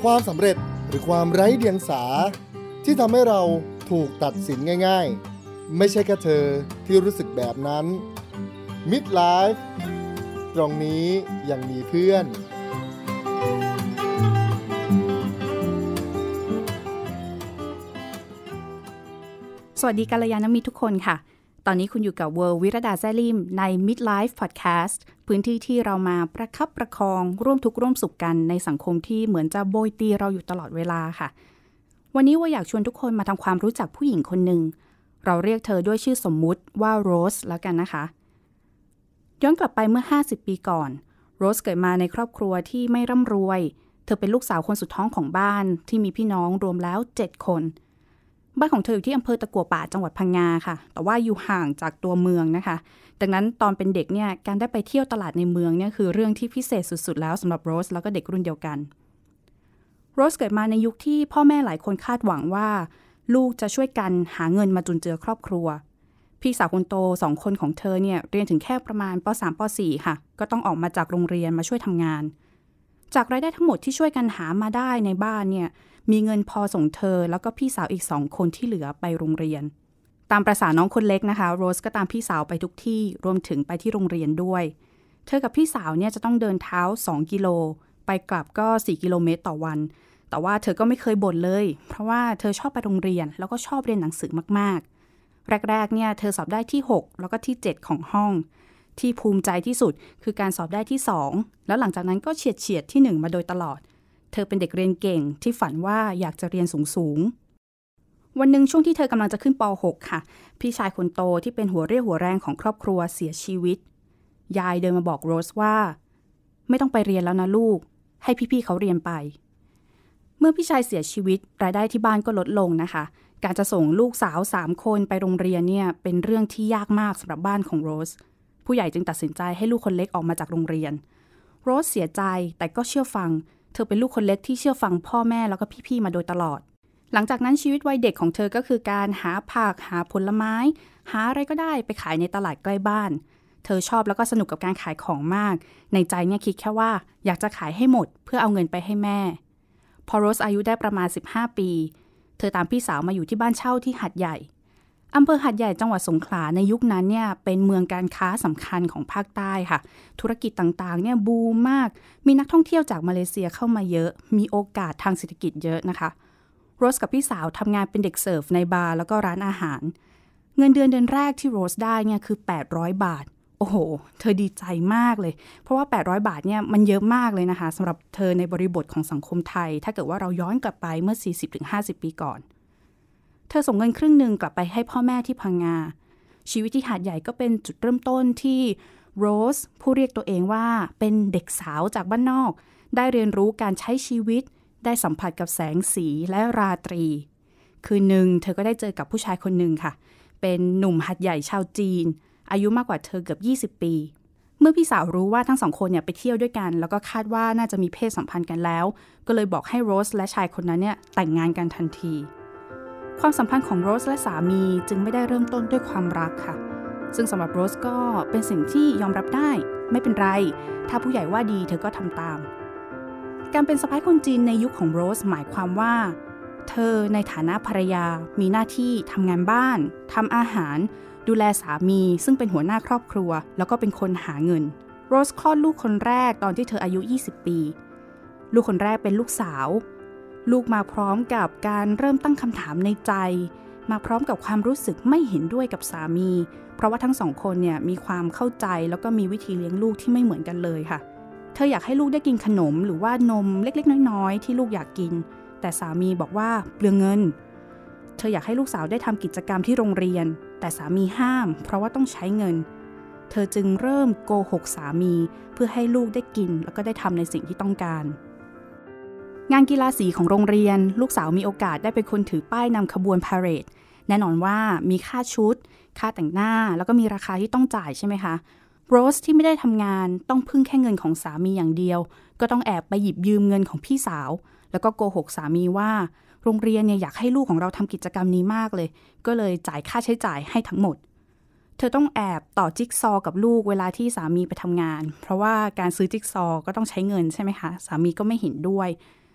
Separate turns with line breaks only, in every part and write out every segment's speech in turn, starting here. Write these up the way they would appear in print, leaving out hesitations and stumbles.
ความสำเร็จหรือความไร้เดียงสาที่ทำให้เราถูกตัดสินง่ายๆไม่ใช่แค่เธอที่รู้สึกแบบนั้น Midlife ตรงนี้ยังมีเพื่อน
สวัสดีกัลยาณมิตรทุกคนค่ะตอนนี้คุณอยู่กับเวิร์วิรดาแซ่ลิมใน Midlife Podcast พื้นที่ที่เรามาประคับประคองร่วมทุกข์ร่วมสุขกันในสังคมที่เหมือนจะโบยตีเราอยู่ตลอดเวลาค่ะวันนี้ว่าอยากชวนทุกคนมาทำความรู้จักผู้หญิงคนหนึ่งเราเรียกเธอด้วยชื่อสมมุติว่าโรสแล้วกันนะคะย้อนกลับไปเมื่อ50ปีก่อนโรสเกิดมาในครอบครัวที่ไม่ร่ำรวยเธอเป็นลูกสาวคนสุดท้องของบ้านที่มีพี่น้องรวมแล้ว7คนบ้านของเธออยู่ที่อำเภอตะกั่วป่าจังหวัดพังงาค่ะแต่ว่าอยู่ห่างจากตัวเมืองนะคะดังนั้นตอนเป็นเด็กเนี่ยการได้ไปเที่ยวตลาดในเมืองเนี่ยคือเรื่องที่พิเศษสุดๆแล้วสำหรับโรสแล้วก็เด็กรุ่นเดียวกันโรสเกิดมาในยุคที่พ่อแม่หลายคนคาดหวังว่าลูกจะช่วยกันหาเงินมาจุนเจือครอบครัวพี่สาวคนโต2คนของเธอเนี่ยเรียนถึงแค่ประมาณป.3 ป.4 ค่ะก็ต้องออกมาจากโรงเรียนมาช่วยทำงานจากรายได้ทั้งหมดที่ช่วยกันหามาได้ในบ้านเนี่ยมีเงินพอส่งเธอแล้วก็พี่สาวอีก2คนที่เหลือไปโรงเรียนตามประสาน้องคนเล็กนะคะโรสก็ตามพี่สาวไปทุกที่รวมถึงไปที่โรงเรียนด้วยเธอกับพี่สาวเนี่ยจะต้องเดินเท้า2กิโลไปกลับก็4กิโลเมตรต่อวันแต่ว่าเธอก็ไม่เคยบ่นเลยเพราะว่าเธอชอบไปโรงเรียนแล้วก็ชอบเรียนหนังสือมากๆแรกๆเนี่ยเธอสอบได้ที่6แล้วก็ที่7ของห้องที่ภูมิใจที่สุดคือการสอบได้ที่2แล้วหลังจากนั้นก็เฉียดที่1มาโดยตลอดเธอเป็นเด็กเรียนเก่งที่ฝันว่าอยากจะเรียนสูงๆวันหนึ่งช่วงที่เธอกำลังจะขึ้นป.6 ค่ะพี่ชายคนโตที่เป็นหัวเรี่ยวหัวแรงของครอบครัวเสียชีวิตยายเดินมาบอกโรสว่าไม่ต้องไปเรียนแล้วนะลูกให้พี่ๆเขาเรียนไปเมื่อพี่ชายเสียชีวิตรายได้ที่บ้านก็ลดลงนะคะการจะส่งลูกสาว3คนไปโรงเรียนเนี่ยเป็นเรื่องที่ยากมากสำหรับบ้านของโรสผู้ใหญ่จึงตัดสินใจให้ลูกคนเล็กออกมาจากโรงเรียนโรสเสียใจแต่ก็เชื่อฟังเธอเป็นลูกคนเล็กที่เชื่อฟังพ่อแม่แล้วก็พี่ๆมาโดยตลอดหลังจากนั้นชีวิตวัยเด็กของเธอก็คือการหาผักหาผลไม้หาอะไรก็ได้ไปขายในตลาดใกล้บ้านเธอชอบแล้วก็สนุกกับการขายของมากในใจเนี่ยคิดแค่ว่าอยากจะขายให้หมดเพื่อเอาเงินไปให้แม่พอโรสอายุได้ประมาณ15ปีเธอตามพี่สาวมาอยู่ที่บ้านเช่าที่หาดใหญ่อำเภอหาดใหญ่จังหวัดสงขลาในยุคนั้นเนี่ยเป็นเมืองการค้าสำคัญของภาคใต้ค่ะธุรกิจต่างๆเนี่ยบูมมากมีนักท่องเที่ยวจากมาเลเซียเข้ามาเยอะมีโอกาสทางเศรษฐกิจเยอะนะคะโรสกับพี่สาวทำงานเป็นเด็กเสิร์ฟในบาร์แล้วก็ร้านอาหารเงินเดือนแรกที่โรสได้เนี่ยคือ800 บาทโอ้โหเธอดีใจมากเลยเพราะว่า800 บาทเนี่ยมันเยอะมากเลยนะคะสำหรับเธอในบริบทของสังคมไทยถ้าเกิดว่าเราย้อนกลับไปเมื่อ 40-50 ปีก่อนเธอส่งเงินครึ่งนึงกลับไปให้พ่อแม่ที่พังงาชีวิตที่หาดใหญ่ก็เป็นจุดเริ่มต้นที่โรสผู้เรียกตัวเองว่าเป็นเด็กสาวจากบ้านนอกได้เรียนรู้การใช้ชีวิตได้สัมผัสกับแสงสีและราตรีคืนนึงเธอก็ได้เจอกับผู้ชายคนหนึ่งค่ะเป็นหนุ่มหาดใหญ่ชาวจีนอายุมากกว่าเธอเกือบ20ปีเมื่อพี่สาวรู้ว่าทั้ง2คนเนี่ยไปเที่ยวด้วยกันแล้วก็คาดว่าน่าจะมีเพศสัมพันธ์กันแล้วก็เลยบอกให้โรสและชายคนนั้นเนี่ยแต่งงานกันทันทีความสัมพันธ์ของโรสและสามีจึงไม่ได้เริ่มต้นด้วยความรักค่ะซึ่งสำหรับโรสก็เป็นสิ่งที่ยอมรับได้ไม่เป็นไรถ้าผู้ใหญ่ว่าดีเธอก็ทำตามการเป็นสะใภ้คนจีนในยุคของโรสหมายความว่าเธอในฐานะภรรยามีหน้าที่ทำงานบ้านทำอาหารดูแลสามีซึ่งเป็นหัวหน้าครอบครัวแล้วก็เป็นคนหาเงินโรสคลอดลูกคนแรกตอนที่เธออายุ20ปีลูกคนแรกเป็นลูกสาวลูกมาพร้อมกับการเริ่มตั้งคำถามในใจมาพร้อมกับความรู้สึกไม่เห็นด้วยกับสามีเพราะว่าทั้ง2คนเนี่ยมีความเข้าใจแล้วก็มีวิธีเลี้ยงลูกที่ไม่เหมือนกันเลยค่ะเธออยากให้ลูกได้กินขนมหรือว่านมเล็กๆน้อยๆที่ลูกอยากกินแต่สามีบอกว่าเปลืองเงินเธออยากให้ลูกสาวได้ทำกิจกรรมที่โรงเรียนแต่สามีห้ามเพราะว่าต้องใช้เงินเธอจึงเริ่มโกหกสามีเพื่อให้ลูกได้กินแล้วก็ได้ทำในสิ่งที่ต้องการงานกีฬาสีของโรงเรียนลูกสาวมีโอกาสได้เป็นคนถือป้ายนำขบวนพาเหรดแน่นอนว่ามีค่าชุดค่าแต่งหน้าแล้วก็มีราคาที่ต้องจ่ายใช่ไหมคะโรสที่ไม่ได้ทำงานต้องพึ่งแค่เงินของสามีอย่างเดียวก็ต้องแอบไปหยิบยืมเงินของพี่สาวแล้วก็โกหกสามีว่าโรงเรียนเนี่ยอยากให้ลูกของเราทำกิจกรรมนี้มากเลยก็เลยจ่ายค่าใช้จ่ายให้ทั้งหมดเธอต้องแอบต่อจิ๊กซอว์กับลูกเวลาที่สามีไปทำงานเพราะว่าการซื้อจิ๊กซอว์ก็ต้องใช้เงินใช่ไหมคะสามีก็ไม่เห็นด้วย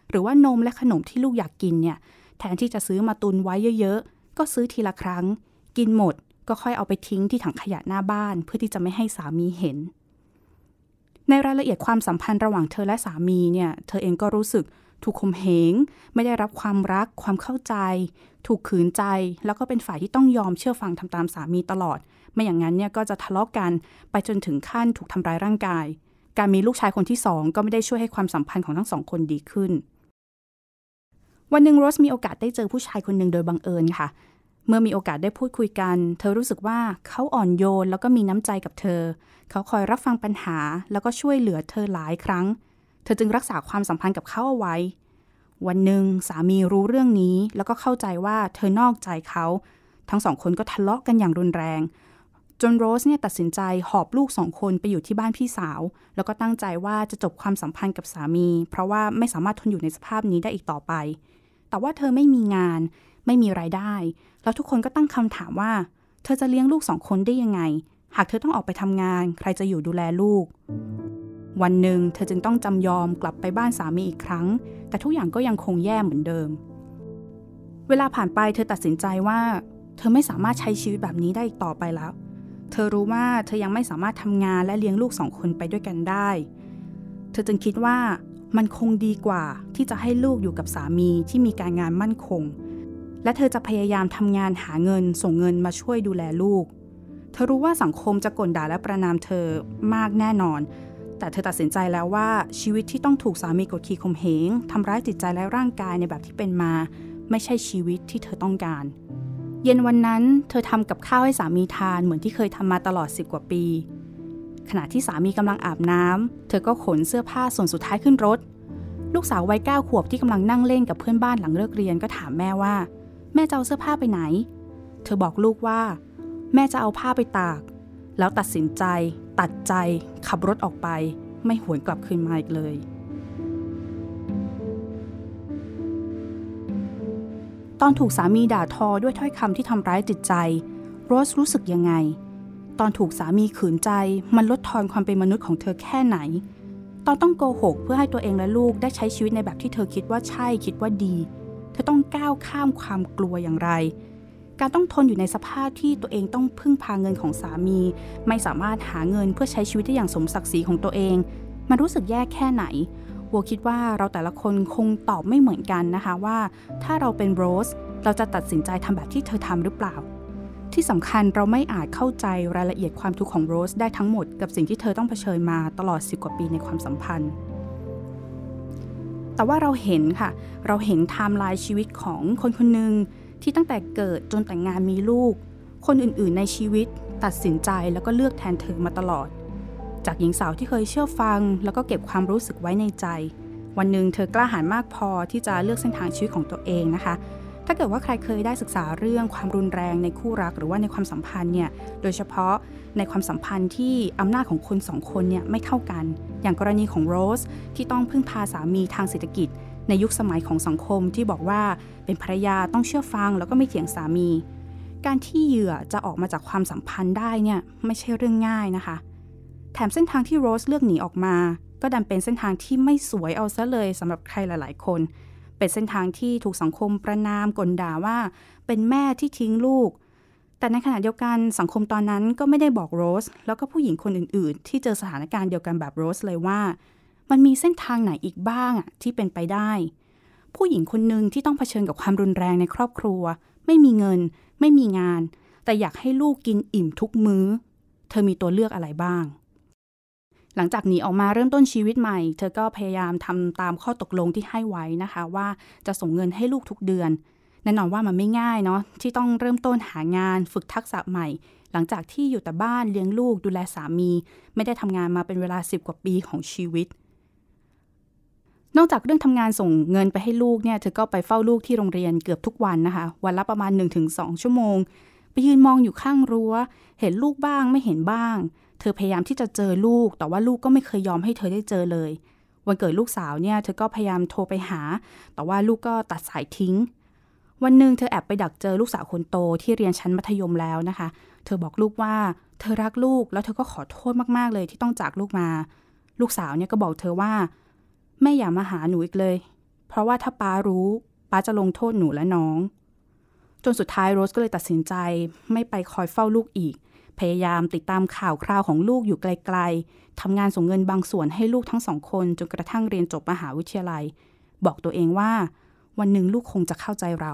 หรือว่านมและขนมที่ลูกอยากกินเนี่ยแทนที่จะซื้อมาตุนไว้เยอะๆก็ซื้อทีละครั้งกินหมดก็ค่อยเอาไปทิ้งที่ถังขยะหน้าบ้านเพื่อที่จะไม่ให้สามีเห็นในรายละเอียดความสัมพันธ์ระหว่างเธอและสามีเนี่ยเธอเองก็รู้สึกถูกข่มเหงไม่ได้รับความรักความเข้าใจถูกขืนใจแล้วก็เป็นฝ่ายที่ต้องยอมเชื่อฟังทำตามสามีตลอดไม่อย่างนั้นเนี่ยก็จะทะเลาะกันไปจนถึงขั้นถูกทำร้ายร่างกายการมีลูกชายคนที่2ก็ไม่ได้ช่วยให้ความสัมพันธ์ของทั้ง2คนดีขึ้นวันหนึ่งโรสมีโอกาสได้เจอผู้ชายคนหนึ่งโดยบังเอิญค่ะเมื่อมีโอกาสได้พูดคุยกันเธอรู้สึกว่าเขาอ่อนโยนแล้วก็มีน้ำใจกับเธอเขาคอยรับฟังปัญหาแล้วก็ช่วยเหลือเธอหลายครั้งเธอจึงรักษาความสัมพันธ์กับเขาเอาไว้วันหนึ่งสามีรู้เรื่องนี้แล้วก็เข้าใจว่าเธอนอกใจเขาทั้ง2คนก็ทะเลาะกันอย่างรุนแรงจนโรสเนี่ยตัดสินใจหอบลูก2คนไปอยู่ที่บ้านพี่สาวแล้วก็ตั้งใจว่าจะจบความสัมพันธ์กับสามีเพราะว่าไม่สามารถทนอยู่ในสภาพนี้ได้อีกต่อไปแต่ว่าเธอไม่มีงานไม่มีรายได้แล้วทุกคนก็ตั้งคำถามว่าเธอจะเลี้ยงลูก2คนได้ยังไงหากเธอต้องออกไปทำงานใครจะอยู่ดูแลลูกวันหนึ่งเธอจึงต้องจำยอมกลับไปบ้านสามีอีกครั้งแต่ทุกอย่างก็ยังคงแย่เหมือนเดิมเวลาผ่านไปเธอตัดสินใจว่าเธอไม่สามารถใช้ชีวิตแบบนี้ได้อีกต่อไปแล้วเธอรู้ว่าเธอยังไม่สามารถทำงานและเลี้ยงลูก2คนไปด้วยกันได้เธอจึงคิดว่ามันคงดีกว่าที่จะให้ลูกอยู่กับสามีที่มีการงานมั่นคงและเธอจะพยายามทำงานหาเงินส่งเงินมาช่วยดูแลลูกเธอรู้ว่าสังคมจะกลด่าและประณามเธอมากแน่นอนแต่เธอตัดสินใจแล้วว่าชีวิตที่ต้องถูกสามีกดขี่ข่มเหงทำร้ายจิตใจและร่างกายในแบบที่เป็นมาไม่ใช่ชีวิตที่เธอต้องการเย็นวันนั้นเธอทำกับข้าวให้สามีทานเหมือนที่เคยทำมาตลอด10 กว่าปีขณะที่สามีกำลังอาบน้ำเธอก็ขนเสื้อผ้าส่วนสุดท้ายขึ้นรถลูกสาววัย9 ขวบที่กำลังนั่งเล่นกับเพื่อนบ้านหลังเลิกเรียนก็ถามแม่ว่าแม่จะเอาเสื้อผ้าไปไหนเธอบอกลูกว่าแม่จะเอาผ้าไปตากแล้วตัดสินใจตัดใจขับรถออกไปไม่หวนกลับคืนมาอีกเลยตอนถูกสามีด่าทอด้วยถ้อยคำที่ทำร้ายจิตใจโรสรู้สึกยังไงตอนถูกสามีขืนใจมันลดทอนความเป็นมนุษย์ของเธอแค่ไหนตอนต้องโกหกเพื่อให้ตัวเองและลูกได้ใช้ชีวิตในแบบที่เธอคิดว่าใช่คิดว่าดีเธอต้องก้าวข้ามความกลัวอย่างไรการต้องทนอยู่ในสภาพที่ตัวเองต้องพึ่งพาเงินของสามีไม่สามารถหาเงินเพื่อใช้ชีวิตได้อย่างสมศักดิ์ศรีของตัวเองมันรู้สึกแย่แค่ไหนวัวคิดว่าเราแต่ละคนคงตอบไม่เหมือนกันนะคะว่าถ้าเราเป็นโรสเราจะตัดสินใจทำแบบที่เธอทำหรือเปล่าที่สำคัญเราไม่อาจเข้าใจรายละเอียดความทุกข์ของโรสได้ทั้งหมดกับสิ่งที่เธอต้องเผชิญมาตลอด10 กว่าปีในความสัมพันธ์แต่ว่าเราเห็นค่ะเราเห็นไทม์ไลน์ชีวิตของคนคนหนึ่งที่ตั้งแต่เกิดจนแต่งงานมีลูกคนอื่นๆในชีวิตตัดสินใจแล้วก็เลือกแทนเธอมาตลอดจากหญิงสาวที่เคยเชื่อฟังแล้วก็เก็บความรู้สึกไว้ในใจวันหนึ่งเธอกล้าหาญมากพอที่จะเลือกเส้นทางชีวิตของตัวเองนะคะถ้าเกิดว่าใครเคยได้ศึกษาเรื่องความรุนแรงในคู่รักหรือว่าในความสัมพันธ์เนี่ยโดยเฉพาะในความสัมพันธ์ที่อำนาจของคน2 คนเนี่ยไม่เท่ากันอย่างกรณีของโรสที่ต้องพึ่งพาสามีทางเศรษฐกิจในยุคสมัยของสังคมที่บอกว่าเป็นภรรยาต้องเชื่อฟังแล้วก็ไม่เถียงสามีการที่เหยื่อจะออกมาจากความสัมพันธ์ได้เนี่ยไม่ใช่เรื่องง่ายนะคะแถมเส้นทางที่โรสเลือกหนีออกมาก็ดันเป็นเส้นทางที่ไม่สวยเอาซะเลยสำหรับใครหลายๆคนเป็นเส้นทางที่ถูกสังคมประณามกลด่าว่าเป็นแม่ที่ทิ้งลูกแต่ในขณะเดียวกันสังคมตอนนั้นก็ไม่ได้บอกโรสแล้วก็ผู้หญิงคนอื่นๆที่เจอสถานการณ์เดียวกันแบบโรสเลยว่ามันมีเส้นทางไหนอีกบ้างที่เป็นไปได้ผู้หญิงคนหนึ่งที่ต้องเผชิญกับความรุนแรงในครอบครัวไม่มีเงินไม่มีงานแต่อยากให้ลูกกินอิ่มทุกมื้อเธอมีตัวเลือกอะไรบ้างหลังจากหนีออกมาเริ่มต้นชีวิตใหม่เธอก็พยายามทำตามข้อตกลงที่ให้ไว้นะคะว่าจะส่งเงินให้ลูกทุกเดือนแน่นอนว่ามันไม่ง่ายเนาะที่ต้องเริ่มต้นหางานฝึกทักษะใหม่หลังจากที่อยู่แต่บ้านเลี้ยงลูกดูแลสามีไม่ได้ทำงานมาเป็นเวลา10 กว่าปีของชีวิตนอกจากเรื่องทำงานส่งเงินไปให้ลูกเนี่ยเธอก็ไปเฝ้าลูกที่โรงเรียนเกือบทุกวันนะคะวันละประมาณ 1-2 ชั่วโมงไปยืนมองอยู่ข้างรั้วเห็นลูกบ้างไม่เห็นบ้างเธอพยายามที่จะเจอลูกแต่ว่าลูกก็ไม่เคยยอมให้เธอได้เจอเลยวันเกิดลูกสาวเนี่ยเธอก็พยายามโทรไปหาแต่ว่าลูกก็ตัดสายทิ้งวันหนึ่งเธอแอบไปดักเจอลูกสาวคนโตที่เรียนชั้นมัธยมแล้วนะคะเธอบอกลูกว่าเธอรักลูกแล้วเธอก็ขอโทษมากๆเลยที่ต้องจากลูกมาลูกสาวเนี่ยก็บอกเธอว่าแม่อย่ามาหาหนูอีกเลยเพราะว่าถ้าป้ารู้ป้าจะลงโทษหนูและน้องจนสุดท้ายโรสก็เลยตัดสินใจไม่ไปคอยเฝ้าลูกอีกพยายามติดตามข่าวคราวของลูกอยู่ไกลๆทำงานส่งเงินบางส่วนให้ลูกทั้งสองคนจนกระทั่งเรียนจบมหาวิทยาลัยบอกตัวเองว่าวันหนึ่งลูกคงจะเข้าใจเรา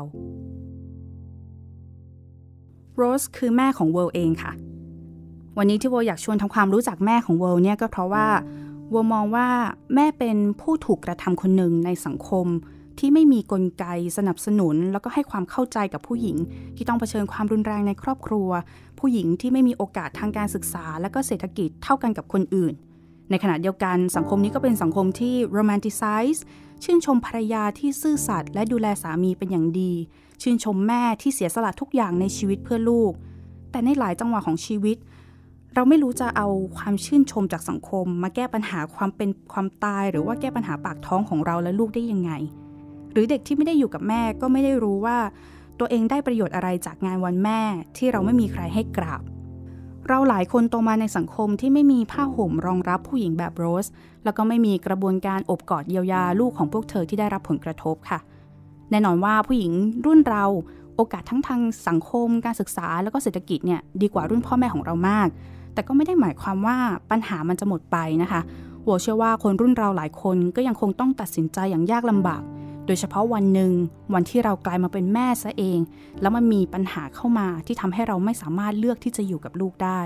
โรสคือแม่ของเวิลด์เองค่ะวันนี้ที่เวิลด์อยากชวนทำความรู้จักแม่ของเวิลด์เนี่ยก็เพราะว่าเวิลด์มองว่าแม่เป็นผู้ถูกกระทำคนหนึ่งในสังคมที่ไม่มีกลไกสนับสนุนแล้วก็ให้ความเข้าใจกับผู้หญิงที่ต้องเผชิญความรุนแรงในครอบครัวผู้หญิงที่ไม่มีโอกาสทางการศึกษาและก็เศรษฐกิจเท่ากันกับคนอื่นในขณะเดียวกันสังคมนี้ก็เป็นสังคมที่ romanticize ชื่นชมภรรยาที่ซื่อสัตย์และดูแลสามีเป็นอย่างดีชื่นชมแม่ที่เสียสละทุกอย่างในชีวิตเพื่อลูกแต่ในหลายจังหวะของชีวิตเราไม่รู้จะเอาความชื่นชมจากสังคมมาแก้ปัญหาความเป็นความตายหรือว่าแก้ปัญหาปากท้องของเราและลูกได้ยังไงหรือเด็กที่ไม่ได้อยู่กับแม่ก็ไม่ได้รู้ว่าตัวเองได้ประโยชน์อะไรจากงานวันแม่ที่เราไม่มีใครให้กราบเราหลายคนโตมาในสังคมที่ไม่มีผ้าห่มรองรับผู้หญิงแบบโรสแล้วก็ไม่มีกระบวนการอบกอดเยียวยาลูกของพวกเธอที่ได้รับผลกระทบค่ะแน่นอนว่าผู้หญิงรุ่นเราโอกาสทั้งทางสังคมการศึกษาแล้วก็เศรษฐกิจเนี่ยดีกว่ารุ่นพ่อแม่ของเรามากแต่ก็ไม่ได้หมายความว่าปัญหามันจะหมดไปนะคะโหเชื่อว่าคนรุ่นเราหลายคนก็ยังคงต้องตัดสินใจอย่างยากลำบากโดยเฉพาะวันหนึ่งวันที่เรากลายมาเป็นแม่ซะเองแล้วมันมีปัญหาเข้ามาที่ทำให้เราไม่สามารถเลือกที่จะอยู่กับลูกได้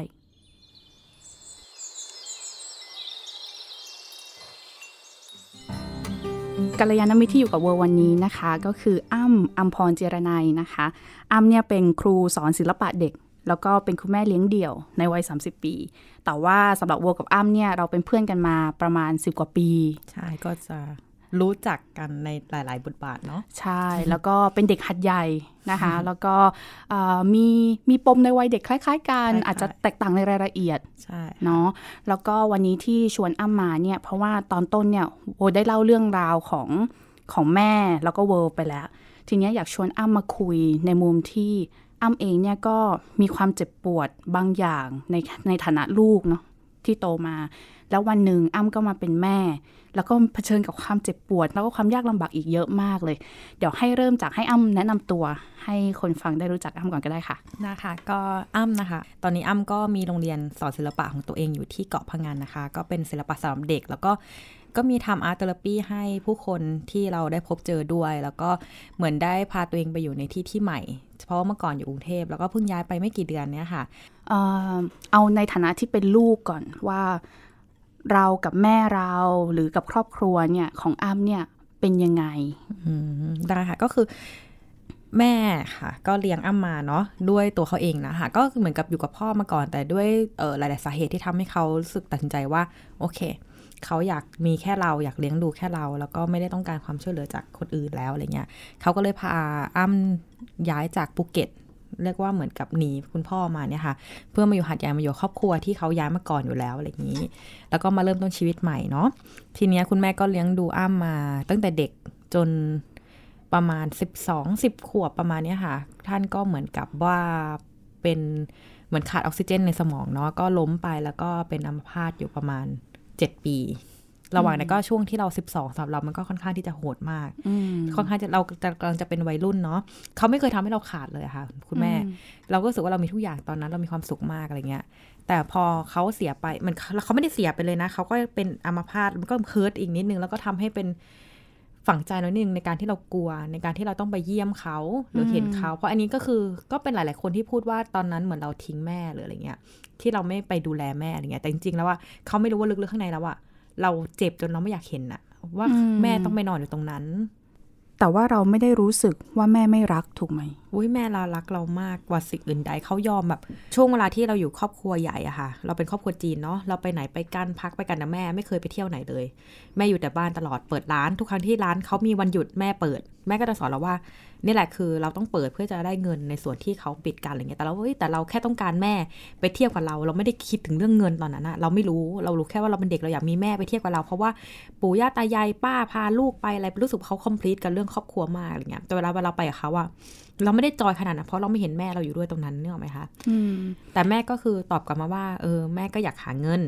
กัลยาณมิตรที่อยู่กับเวิร์วันนี้นะคะก็คืออ้ำ อัมพร เจรนัยนะคะอ้ำเนี่ยเป็นครูสอนศิลปะเด็กแล้วก็เป็นคุณแม่เลี้ยงเดี่ยวในวัย30 ปีแต่ว่าสำหรับเวิร์กับอ้ำเนี่ยเราเป็นเพื่อนกันมาประมาณ10 กว่าปี
ใช่ก็จะรู้จักกันในหลายๆบทบาทเนาะ
ใช่แล้วก็เป็นเด็กหัดใหญ่นะคะแล้วก็มีปมในวัยเด็กคล้ายๆกันอาจจะแตกต่างในรายละเอียด
ใช่
เนาะแล้วก็วันนี้ที่ชวนอ้ำมาเนี่ยเพราะว่าตอนต้นเนี่ยโอได้เล่าเรื่องราวของแม่แล้วก็เวิร์ไปแล้วทีนี้อยากชวนอ้ำมาคุยในมุมที่อ้ำเองเนี่ยก็มีความเจ็บปวดบางอย่างในฐานะลูกเนาะที่โตมาแล้ววันหนึ่งอ้ำก็มาเป็นแม่แล้วก็เผชิญกับความเจ็บปวดแล้วก็ความยากลำบากอีกเยอะมากเลยเดี๋ยวให้เริ่มจากให้อ้ำแนะนำตัวให้คนฟังได้รู้จักอ้ำก่อนก็ได้ค่ะ
นะคะก็อ้ำนะคะตอนนี้อ้ำก็มีโรงเรียนสอนศิลปะของตัวเองอยู่ที่เกาะพะงันนะคะก็เป็นศิลปะสำหรับเด็กแล้วก็มีทำอาร์ตเทอราปีให้ผู้คนที่เราได้พบเจอด้วยแล้วก็เหมือนได้พาตัวเองไปอยู่ในที่ใหม่เพราะเมื่อก่อนอยู่กรุงเทพแล้วก็เพิ่งย้ายไปไม่กี่เดือนเนี่ยค่ะ
เอาในฐานะที่เป็นลูกก่อนว่าเรากับแม่เราหรือกับครอบครัวเนี่ยของอ้ำเนี่ยเป็นยังไง
ได้ค่ะก็คือแม่ค่ะก็เลี้ยงอ้ำมาเนาะด้วยตัวเขาเองนะคะก็เหมือนกับอยู่กับพ่อมาก่อนแต่ด้วยหลายๆสาเหตุที่ทำให้เขารู้สึกตัดสินใจว่าโอเคเขาอยากมีแค่เราอยากเลี้ยงดูแค่เราแล้วก็ไม่ได้ต้องการความช่วยเหลือจากคนอื่นแล้วอะไรเงี้ยเขาก็เลยพาอ้ำย้ายจากภูเก็ตเรียกว่าเหมือนกับหนีคุณพ่อมาเนี่ยค่ะเพื่อมาอยู่หาดใหญ่มาอยู่ครอบครัวที่เขาย้ายมาก่อนอยู่แล้วอะไรอย่างนี้แล้วก็มาเริ่มต้นชีวิตใหม่เนาะทีเนี้ยคุณแม่ก็เลี้ยงดูอ้ำมาตั้งแต่เด็กจนประมาณ10 ขวบประมาณนี้ค่ะท่านก็เหมือนกับว่าเป็นเหมือนขาดออกซิเจนในสมองเนาะก็ล้มไปแล้วก็เป็นอัมพาตอยู่ประมาณ7 ปีระหว่างนั้นก็ช่วงที่เรา12สำหรับเรามันก็ค่อนข้างที่จะโหดมากค่อนข้างจะเรากำลังจะเป็นวัยรุ่นเนาะเขาไม่เคยทำให้เราขาดเลยค่ะคุณแม่เราก็รู้สึกว่าเรามีทุกอย่างตอนนั้นเรามีความสุขมากอะไรเงี้ยแต่พอเขาเสียไปมันเขาไม่ได้เสียไปเลยนะเขาก็เป็นอัมพาตมันก็เฮิร์ตอีกนิดนึงแล้วก็ทำให้เป็นฝังใจน้อยนึงในการที่เรากลัวในการที่เราต้องไปเยี่ยมเขาหรือเห็นเขาเพราะอันนี้ก็คือก็เป็นหลายๆคนที่พูดว่าตอนนั้นเหมือนเราทิ้งแม่หรืออะไรเงี้ยที่เราไม่ไปดูแลแม่อะไรเงี้ยแต่จริงๆแล้วว่าเขาไม่รู้ว่าลึกๆข้างในแล้วว่าเราเจ็บจนเราไม่อยากเห็นน่ะว่าแม่ต้องไปนอนอยู่ตรงนั้น
แต่ว่าเราไม่ได้รู้สึกว่าแม่ไม่รักถูกไหม
อุ้ยแม่เรารักเรามากกว่าสิ่งอื่นใดเขายอมแบบช่วงเวลาที่เราอยู่ครอบครัวใหญ่อะค่ะเราเป็นครอบครัวจีนเนาะเราไปไหนไปกันพักไปกันนะแม่ไม่เคยไปเที่ยวไหนเลยแม่อยู่แต่บ้านตลอดเปิดร้านทุกครั้งที่ร้านเขามีวันหยุดแม่เปิดแม่ก็จะสอนเราว่านี่แหละคือเราต้องเปิดเพื่อจะได้เงินในส่วนที่เขาปิดกันอะไรเงี้ยแต่เราแค่ต้องการแม่ไปเที่ยวกับเราไม่ได้คิดถึงเรื่องเงินตอนนั้นนะเราไม่รู้เรารู้แค่ว่าเราเป็นเด็กเราอยากมีแม่ไปเที่ยวกับเราเพราะว่าปู่ย่าตายายป้าพาลูกไปอะไรรู้สึกเขาคอมพลีทกับเรื่องครอบครัวมากอะไรเงี้ยแต่เวลาเราไปกับเขาอะเราไม่ได้จอยขนาดนั้นเพราะเราไม่เห็นแม่เราอยู่ด้วยตรงนั้นนึกออกไหมคะแต่แม่ก็คือตอบกลับมาว่าแม่ก็อยากหาเงิน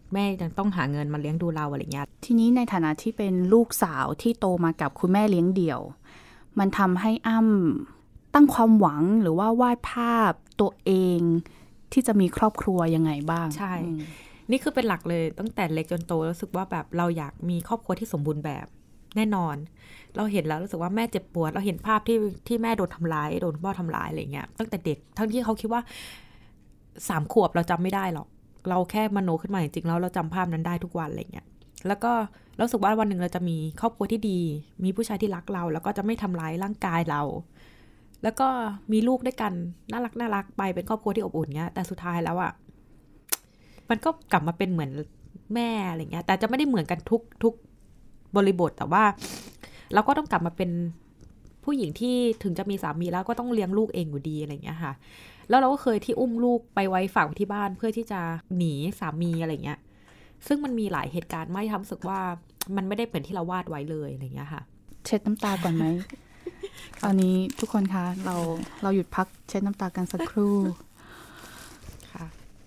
แม่ยังต้องหาเงินมาเลี้ยงดูเราอะไรเงี้ย
ทีนี้ในฐานะที่เป็นลูกสาวที่โตมากับคุณแม่เลี้ยงเดี่ยวมันทำให้อ้ำตั้งความหวังหรือว่าวาดภาพตัวเองที่จะมีครอบครัวยังไงบ้าง
ใช่นี่คือเป็นหลักเลยตั้งแต่เล็กจนโตรู้สึกว่าแบบเราอยากมีครอบครัวที่สมบูรณ์แบบแน่นอนเราเห็นแล้วรู้สึกว่าแม่เจ็บปวดเราเห็นภาพที่แม่โดนทำร้ายโดนพ่อทำร้ายอะไรเงี้ยตั้งแต่เด็กทั้งที่เขาคิดว่า3 ขวบเราจำไม่ได้หรอกเราแค่มโนขึ้นมาจริงๆแล้วเราจำภาพนั้นได้ทุกวันอะไรเงี้ยแล้วก็รู้สึกว่าวันหนึ่งเราจะมีครอบครัวที่ดีมีผู้ชายที่รักเราแล้วก็จะไม่ทำร้ายร่างกายเราแล้วก็มีลูกด้วยกันน่ารักไปเป็นครอบครัวที่อบอุ่นเงี้ยแต่สุดท้ายแล้วอ่ะมันก็กลับมาเป็นเหมือนแม่อะไรเงี้ยแต่จะไม่ได้เหมือนกันทุกบริบทแต่ว่าเราก็ต้องกลับมาเป็นผู้หญิงที่ถึงจะมีสามีแล้วก็ต้องเลี้ยงลูกเองอยู่ดีอะไรเงี้ยค่ะแล้วเราก็เคยที่อุ้มลูกไปไว้ฝากที่บ้านเพื่อที่จะหนีสามีอะไรเงี้ยซึ่งมันมีหลายเหตุการณ์ไม่ทำรู้สึกว่ามันไม่ได้เป็นที่เราวาดไว้เลยอะไรเงี้ยค่ะ
เช็ดน้ำตาก่อนไหม ตอนนี้ทุกคนคะเราหยุดพักเช็ดน้ำตากันสักครู่
ค่ะ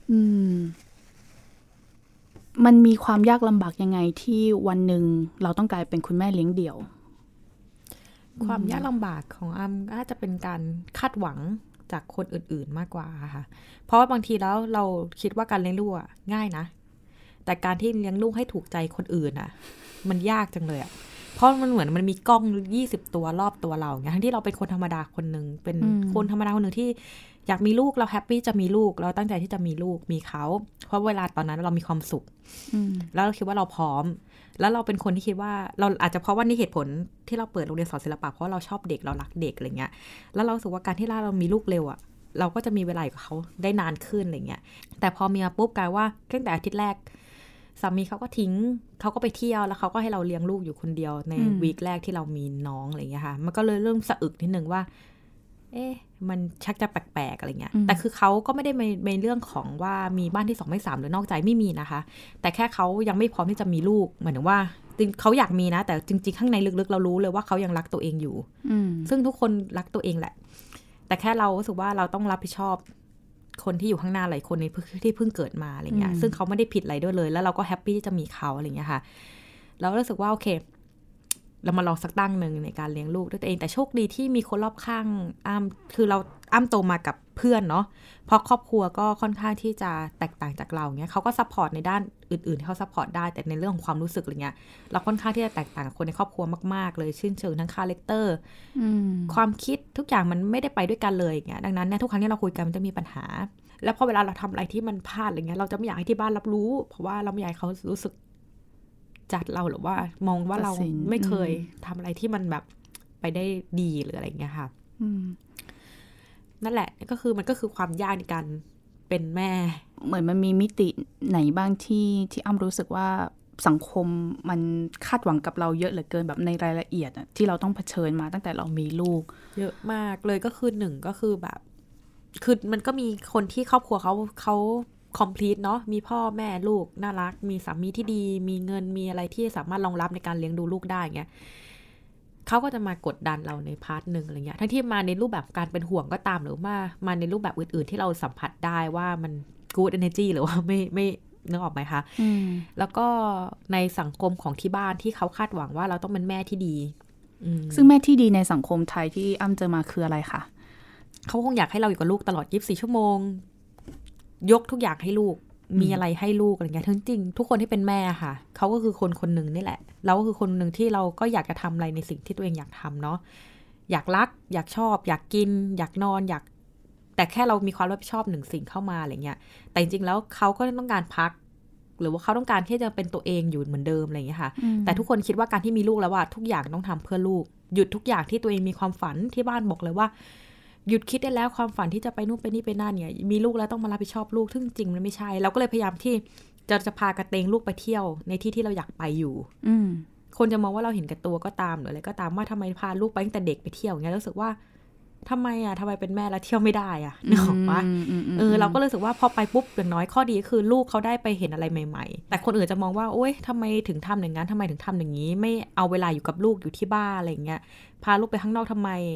มันมีความยากลำบากยังไงที่วันหนึ่งเราต้องกลายเป็นคุณแม่เลี้ยงเดี่ยว
ความยากลำบากของอ้ำอาจจะเป็นการคาดหวังจากคนอื่นๆมากกว่าค่ะเพราะว่าบางทีแล้วเราคิดว่าการเลี้ยงลูกง่ายนะแต่การที่เลี้ยงลูกให้ถูกใจคนอื่นมันยากจังเลยเพราะมันเหมือนมันมีกล้อง20 ตัวรอบตัวเราอย่างทั้งที่เราเป็นคนธรรมดาคนนึงเป็นคนธรรมดาคนนึงที่อยากมีลูกเราแฮปปี้จะมีลูกเราตั้งใจที่จะมีลูกมีเขาเพราะเวลาตอนนั้นเรามีความสุขแล้วเราคิดว่าเราพร้อมแล้วเราเป็นคนที่คิดว่าเราอาจจะเพราะว่านี่เหตุผลที่เราเปิดโรงเรียนสอนศิลปะเพราะเราชอบเด็กเรารักเด็กอะไรเงี้ยแล้วเรารู้สึกว่าการที่เรามีลูกเร็วเราก็จะมีเวลากับเขาได้นานขึ้นอะไรเงี้ยแต่พอมีมาปุ๊บกลายว่าตั้งแต่อาทิตย์แรกสามีเขาก็ทิ้งเขาก็ไปเที่ยวแล้วเขาก็ให้เราเลี้ยงลูกอยู่คนเดียวในวีคแรกที่เรามีน้องอะไรเงี้ยค่ะมันก็เลยเริ่มสะอึกนิดนึงว่ามันชักจะแปลกๆอะไรเงี้ยแต่คือเขาก็ไม่ได้ในเรื่องของว่ามีบ้านที่2ไม่3หรือนอกใจไม่มีนะคะแต่แค่เขายังไม่พร้อมที่จะมีลูกเหมือนว่าเขาอยากมีนะแต่จริงๆข้างในลึกๆเรารู้เลยว่าเขายังรักตัวเองอยู่ซึ่งทุกคนรักตัวเองแหละแต่แค่เรารู้สึกว่าเราต้องรับผิดชอบคนที่อยู่ข้างหน้าหลายคนในที่เพิ่งเกิดมาอะไรเงี้ยซึ่งเขาไม่ได้ผิดอะไรด้วยเลยแล้วเราก็แฮปปี้ที่จะมีเขาอะไรเงี้ยค่ะแล้วรู้สึกว่าโอเคเรามาลองสักตั้งหนึ่งในการเลี้ยงลูกด้วยตัวเองแต่โชคดีที่มีคนรอบข้างคือเราโตมากับเพื่อนเนาะเพราะครอบครัวก็ค่อนข้างที่จะแตกต่างจากเราเงี้ยเขาก็ซัพพอร์ตในด้านอื่นๆที่เขาซัพพอร์ตได้แต่ในเรื่องของความรู้สึกอะไรเงี้ยเราค่อนข้างที่จะแตกต่างกับคนในครอบครัวมากๆเลยชื่นเชิงทั้งคาแรคเตอร์ความคิดทุกอย่างมันไม่ได้ไปด้วยกันเลยเงี้ยดังนั้นเนี่ยทุกครั้งที่เราคุยกันมันจะมีปัญหาแล้วพอเวลาเราทำอะไรที่มันพลาดอะไรเงี้ยเราจะไม่อยากให้ที่บ้านรับรู้เพราะว่าเราไม่อยากให้เขารู้สึกจัดเราหรือว่ามองว่าเราไม่เคยทำอะไรที่มันแบบไปได้ดีหรืออะไรเงี้ยค่ะนั่นแหละก็คือมันก็คือความยากในการเป็นแม่
เหมือนมันมีมิติไหนบ้างที่อ้ำรู้สึกว่าสังคมมันคาดหวังกับเราเยอะเหลือเกินแบบในรายละเอียดที่เราต้องเผชิญมาตั้งแต่เรามีลูก
เยอะมากเลยก็คือ1ก็คือแบบคือมันก็มีคนที่ครอบครัวเขาcomplete เนาะมีพ่อแม่ลูกน่ารักมีสามีที่ดีมีเงินมีอะไรที่สามารถรองรับในการเลี้ยงดูลูกได้เงี้ยเขาก็จะมากดดันเราในพาร์ทนึงอะไรเงี้ยทั้งที่มาในรูปแบบการเป็นห่วงก็ตามหรือว่ามาในรูปแบบอื่นๆที่เราสัมผัสได้ว่ามัน good energy หรือว่าไม่นึกออกไหมคะแล้วก็ในสังคมของที่บ้านที่เขาคาดหวังว่าเราต้องเป็นแม่ที่ดี
ซึ่งแม่ที่ดีในสังคมไทยที่อ้ำเจอมาคืออะไรคะ
เขาคงอยากให้เราอยู่กับลูกตลอด24 ชั่วโมงยกทุกอย่างให้ลูกมีอะไรให้ลูกอะไรเงี้ยทั้งจริงทุกคนที่เป็นแม่ค่ะเขาก็คือคนหนึ่งนี่แหละเราก็คือคนหนึ่งที่เราก็อยากจะทำอะไรในสิ่งที่ตัวเองอยากทำเนาะอยากรักอยากชอบอยากกินอยากนอนอยากแต่แค่เรามีความรับผิดชอบหนึ่งสิ่งเข้ามาอะไรเงี้ยแต่จริงๆแล้วเขาก็ต้องการพักหรือว่าเขาต้องการที่จะเป็นตัวเองอยู่เหมือนเดิมอะไรเงี้ยค่ะแต่ทุกคนคิดว่าการที่มีลูกแล้วว่าทุกอย่างต้องทำเพื่อลูกหยุดทุกอย่างที่ตัวเองมีความฝันที่บ้านบอกเลยว่าหยุดคิดได้แล้วความฝันที่จะไปนู่นไปนี่ไปนั่นเนี่ยมีลูกแล้วต้องมารับผิดชอบลูกซึ่งจริงมันไม่ใช่เราก็เลยพยายามที่จะพากระเตงลูกไปเที่ยวในที่เราอยากไปอยู่คนจะมองว่าเราเห็นแก่ตัวก็ตามหรืออะไรก็ตามว่าทำไมพาลูกไปตั้งแต่เด็กไปเที่ยวอย่างเงี้ยรู้สึกว่าทำไมเป็นแม่แล้วเที่ยวไม่ได้นึกออกปะเราก็รู้สึกว่าพอไปปุ๊บอย่างน้อยข้อดีคือลูกเขาได้ไปเห็นอะไรใหม่ๆแต่คนอื่นจะมองว่าโอ๊ยทำไมถึงทำอย่างนั้นทำไมถึงทำอย่างนี้ไม่เอาเวลาอยู่กับลูกอยู่ที่บ้านอะไรอย่างเงี้ยพาลูกไปข้างนอกทำไม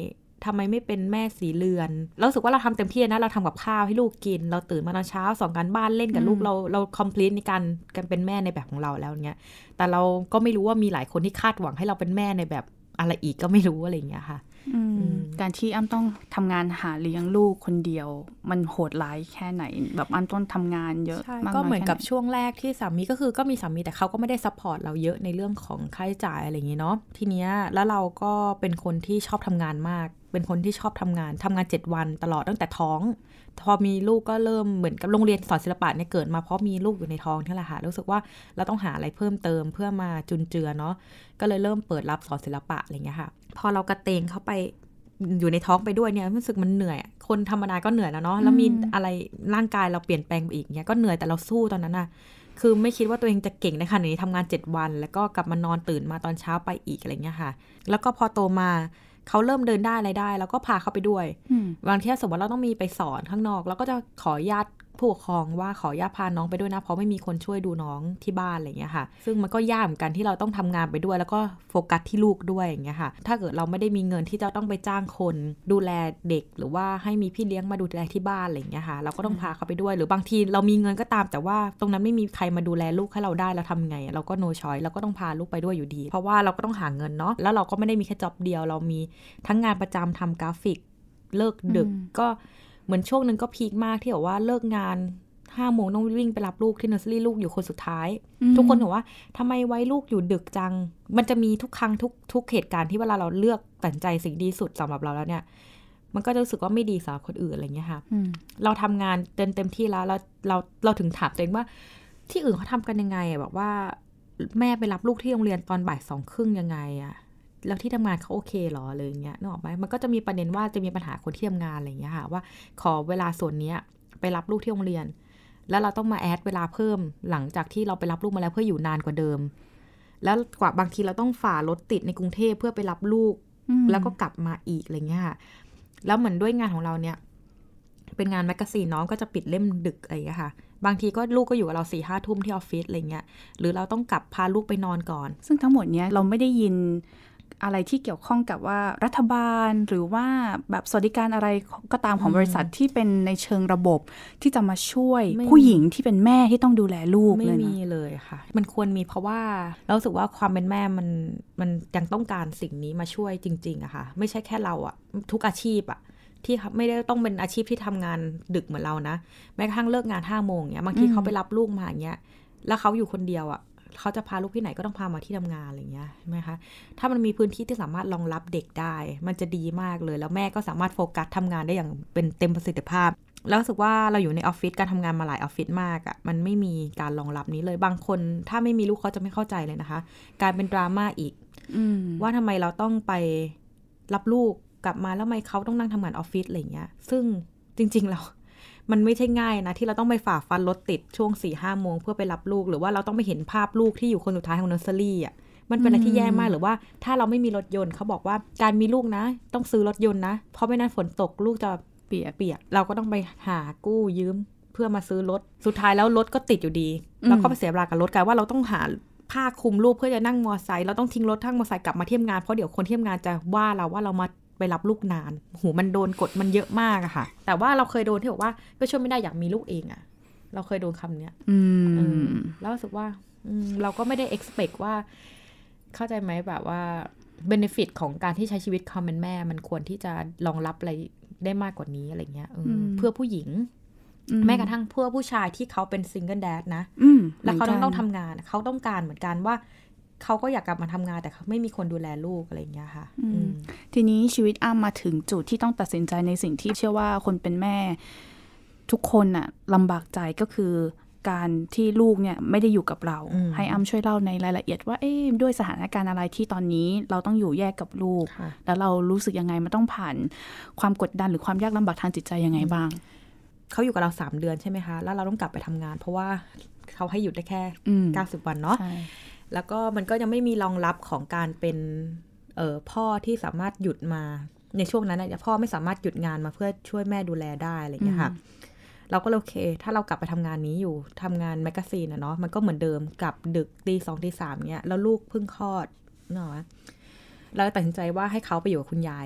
ทำไมไม่เป็นแม่สีเรือนเรารู้สึกว่าเราทำเต็มที่นะเราทำกับข้าวให้ลูกกินเราตื่นมาตอนเช้าสอนการบ้านเล่นกับลูกเราคอมพลีทในการเป็นแม่ในแบบของเราแล้วเงี้ยแต่เราก็ไม่รู้ว่ามีหลายคนที่คาดหวังให้เราเป็นแม่ในแบบอะไรอีกก็ไม่รู้อะไรอย่างเงี้ยค่ะ
การที่อ้ำต้องทำงานหาเลี้ยงลูกคนเดียวมันโหดร้ายแค่ไหนแบบอ้ำต้องทำงานเยอะมาก
ก็เหมือนกับช่วงแรกที่สามีก็คือก็มีสามีแต่เขาก็ไม่ได้ซัพพอร์ตเราเยอะในเรื่องของค่าใช้จ่ายอะไรอย่างเงี้ยเนาะทีเนี้ยแล้วเราก็เป็นคนที่ชอบทำงานมากเป็นคนที่ชอบทำงาน7 วันตลอดตั้งแต่ท้องพอมีลูกก็เริ่มเหมือนกับโรงเรียนสอนศิลปะเนี่ยเกิดมาเพราะมีลูกอยู่ในท้องนี่แหละค่ะรู้สึกว่าเราต้องหาอะไรเพิ่มเติมเพื่อมาจุนเจือเนาะก็เลยเริ่มเปิดรับสอนศิลปะอะไรเงี้ยค่ะพอเรากระเตงเข้าไปอยู่ในท้องไปด้วยเนี่ยรู้สึกมันเหนื่อยคนธรรมดาก็เหนื่อยแล้วเนาะแล้วมีอะไรร่างกายเราเปลี่ยนแปลงไปอีกเนี่ยก็เหนื่อยแต่เราสู้ตอนนั้นน่ะคือไม่คิดว่าตัวเองจะเก่งในขนาดนี้ทำงาน7 วันแล้วก็กลับมานอนตื่นมาตอนเช้าไปอีกอะไรเงี้ยค่ะแล้วก็พอโตมาเขาเริ่มเดินได้อะไรได้แล้วก็พาเขาไปด้วยบางทีสมมติเราต้องมีไปสอนข้างนอกเราก็จะขอญาติผู้ปกครองว่าขอญาติพาน้องไปด้วยนะเพราะไม่มีคนช่วยดูน้องที่บ้านอะไรอย่างเงี้ยค่ะซึ่งมันก็ยากเหมือนกันที่เราต้องทำงานไปด้วยแล้วก็โฟกัสที่ลูกด้วยอย่างเงี้ยค่ะถ้าเกิดเราไม่ได้มีเงินที่จะต้องไปจ้างคนดูแลเด็กหรือว่าให้มีพี่เลี้ยงมาดูแลที่บ้านอะไรอย่างเงี้ยค่ะเราก็ต้องพาเขาไปด้วยหรือบางทีเรามีเงินก็ตามแต่ว่าตรงนั้นไม่มีใครมาดูแลลูกให้เราได้เราทำไงเราก็ no choice เราก็ต้องพาลูกไปด้วยอยู่ดีเพราะว่าเราก็ต้องหาเงินเนาะแล้วเราก็ไม่ได้มีแค่จ็อบเดียวเรามีทั้งงานประจำทำกราฟิกเลิกดึกก็เหมือนช่วงนึงก็พีคมากที่แบบว่าเลิกงาน5 โมงต้องวิ่งไปรับลูกที่เนอร์เซอรี่ลูกอยู่คนสุดท้ายทุกคนบอกว่าทำไมไว้ลูกอยู่ดึกจังมันจะมีทุกครั้งทุกเหตุการณ์ที่เวลาเราเลือกตัดใจสิ่งดีสุดสำหรับเราแล้วเนี่ยมันก็จะรู้สึกว่าไม่ดีสำหรับคนอื่นอะไรเงี้ยค่ะเราทำงานเต็มที่แล้วเราถึงถามตัวเองว่าที่อื่นเขาทำกันยังไงแบบว่าแม่ไปรับลูกที่โรงเรียนตอนบ่าย 2:30ยังไงอะแล้วที่ทำงานเขาโอเคหรออะไรเงี้ยนึกออกไหมมันก็จะมีประเด็นว่าจะมีปัญหาคนที่ทำงานอะไรเงี้ยค่ะว่าขอเวลาส่วนนี้ไปรับลูกที่โรงเรียนแล้วเราต้องมาแอดเวลาเพิ่มหลังจากที่เราไปรับลูกมาแล้วเพื่ออยู่นานกว่าเดิมแล้วกว่าบางทีเราต้องฝ่ารถติดในกรุงเทพเพื่อไปรับลูกแล้วก็กลับมาอีกอะไรเงี้ยแล้วเหมือนด้วยงานของเราเนี่ยเป็นงานแมกกาซีนน้องก็จะปิดเล่มดึกอะไรเงี้ยค่ะบางทีก็ลูกก็อยู่กับเรา 4-5 ทุ่มที่ออฟฟิศอะไรเงี้ยหรือเราต้องกลับพาลูกไปนอนก่อน
ซึ่งทั้งหมดเนี้ยเราไม่ได้ยินอะไรที่เกี่ยวข้องกับว่ารัฐบาลหรือว่าแบบสวัสดิการอะไรก็ตามของบริษัทที่เป็นในเชิงระบบที่จะมาช่วยผู้หญิงที่เป็นแม่ที่ต้องดูแลลูก
ไม่มีเลยค่ะมันควรมีเพราะว่าเราสึกว่าความเป็นแม่มันยังต้องการสิ่งนี้มาช่วยจริงๆอะค่ะไม่ใช่แค่เราอะทุกอาชีพอะที่ไม่ได้ต้องเป็นอาชีพที่ทำงานดึกเหมือนเรานะแม้กระทั่งเลิกงาน5 โมงเนี้ยบางทีเขาไปรับลูกมาอย่างเงี้ยแล้วเขาอยู่คนเดียวอะเขาจะพาลูกที่ไหนก็ต้องพามาที่ทำงานอะไรเงี้ยใช่ไหมคะถ้ามันมีพื้นที่ที่สามารถรองรับเด็กได้มันจะดีมากเลยแล้วแม่ก็สามารถโฟกัสทำงานได้อย่างเป็นเต็มประสิทธิภาพแล้วรู้สึกว่าเราอยู่ในออฟฟิศการทำงานมาหลายออฟฟิศมากอ่ะมันไม่มีการรองรับนี้เลยบางคนถ้าไม่มีลูกเขาจะไม่เข้าใจเลยนะคะการเป็นดราม่าอีกว่าทำไมเราต้องไปรับลูกกลับมาแล้วทำไมเขาต้องนั่งทำงานออฟฟิศอะไรเงี้ยซึ่งจริงๆเรามันไม่ใช่ง่ายนะที่เราต้องไปฝ่าฟันรถติดช่วง 4-5 โมงเพื่อไปรับลูกหรือว่าเราต้องไปเห็นภาพลูกที่อยู่คนสุดท้ายของเนอร์เซอรี่อ่ะมันเป็นอะไรที่แย่มากหรือว่าถ้าเราไม่มีรถยนต์เขาบอกว่าการมีลูกนะต้องซื้อรถยนต์นะเพราะไม่นั้นฝนตกลูกจะเปียกเราก็ต้องไปหากู้ยืมเพื่อมาซื้อรถสุดท้ายแล้วรถก็ติดอยู่ดีเราก็ไปเสียเวลากับรถกลายว่าเราต้องหาผ้าคลุมลูกเพื่อจะนั่งมอไซค์เราต้องทิ้งรถทั้งมอไซค์กลับมาที่ทำงานเพราะเดี๋ยวคนที่ทำงานจะว่าเรามาไปรับลูกนานหูมันโดนกดมันเยอะมากอะค่ะแต่ว่าเราเคยโดนที่บอกว่าก็ช่วยไม่ได้อยากมีลูกเองอะเราเคยโดนคำเนี้ยแล้วรู้สึกว่าเราก็ไม่ได้ expect ว่าเข้าใจไหมแบบว่า benefit ของการที่ใช้ชีวิตความเป็นแม่มันควรที่จะรองรับอะไรได้มากกว่านี้อะไรเงี้ยเพื่อผู้หญิงแม้กระทั่งเพื่อผู้ชายที่เขาเป็น single dad นะแล้วเขาต้องทำงานเขาต้องการเหมือนกันว่าเขาก็อยากกลับมาทำงานแต่เขาไม่มีคนดูแลลูกอะไรอย่างเงี้ยค่ะ
ทีนี้ชีวิตอ้ำมาถึงจุดที่ต้องตัดสินใจในสิ่งที่เชื่อว่าคนเป็นแม่ทุกคนน่ะลำบากใจก็คือการที่ลูกเนี่ยไม่ได้อยู่กับเราให้อ้ำช่วยเล่าในรายละเอียดว่าด้วยสถานการณ์อะไรที่ตอนนี้เราต้องอยู่แยกกับลูกแล้วเรารู้สึกยังไงมันต้องผ่านความกดดันหรือความยากลำบากทางจิตใจยังไงบ้าง
เขาอยู่กับเรา3 เดือนใช่ไหมคะแล้วเราต้องกลับไปทำงานเพราะว่าเขาให้หยุดได้แค่90 วันเนาะแล้วก็มันก็ยังไม่มีรองรับของการเป็นพ่อที่สามารถหยุดมาในช่วงนั้นนะพ่อไม่สามารถหยุดงานมาเพื่อช่วยแม่ดูแลได้อะไรอย่างเงี้ยค่ะเราก็โอเคถ้าเรากลับไปทำงานนี้อยู่ทำงานแมกกาซีนเนาะมันก็เหมือนเดิมกลับดึกตี2ตี3เงี้ยแล้วลูกเพิ่งคลอดเนาะเราตัดสินใจว่าให้เขาไปอยู่กับคุณยาย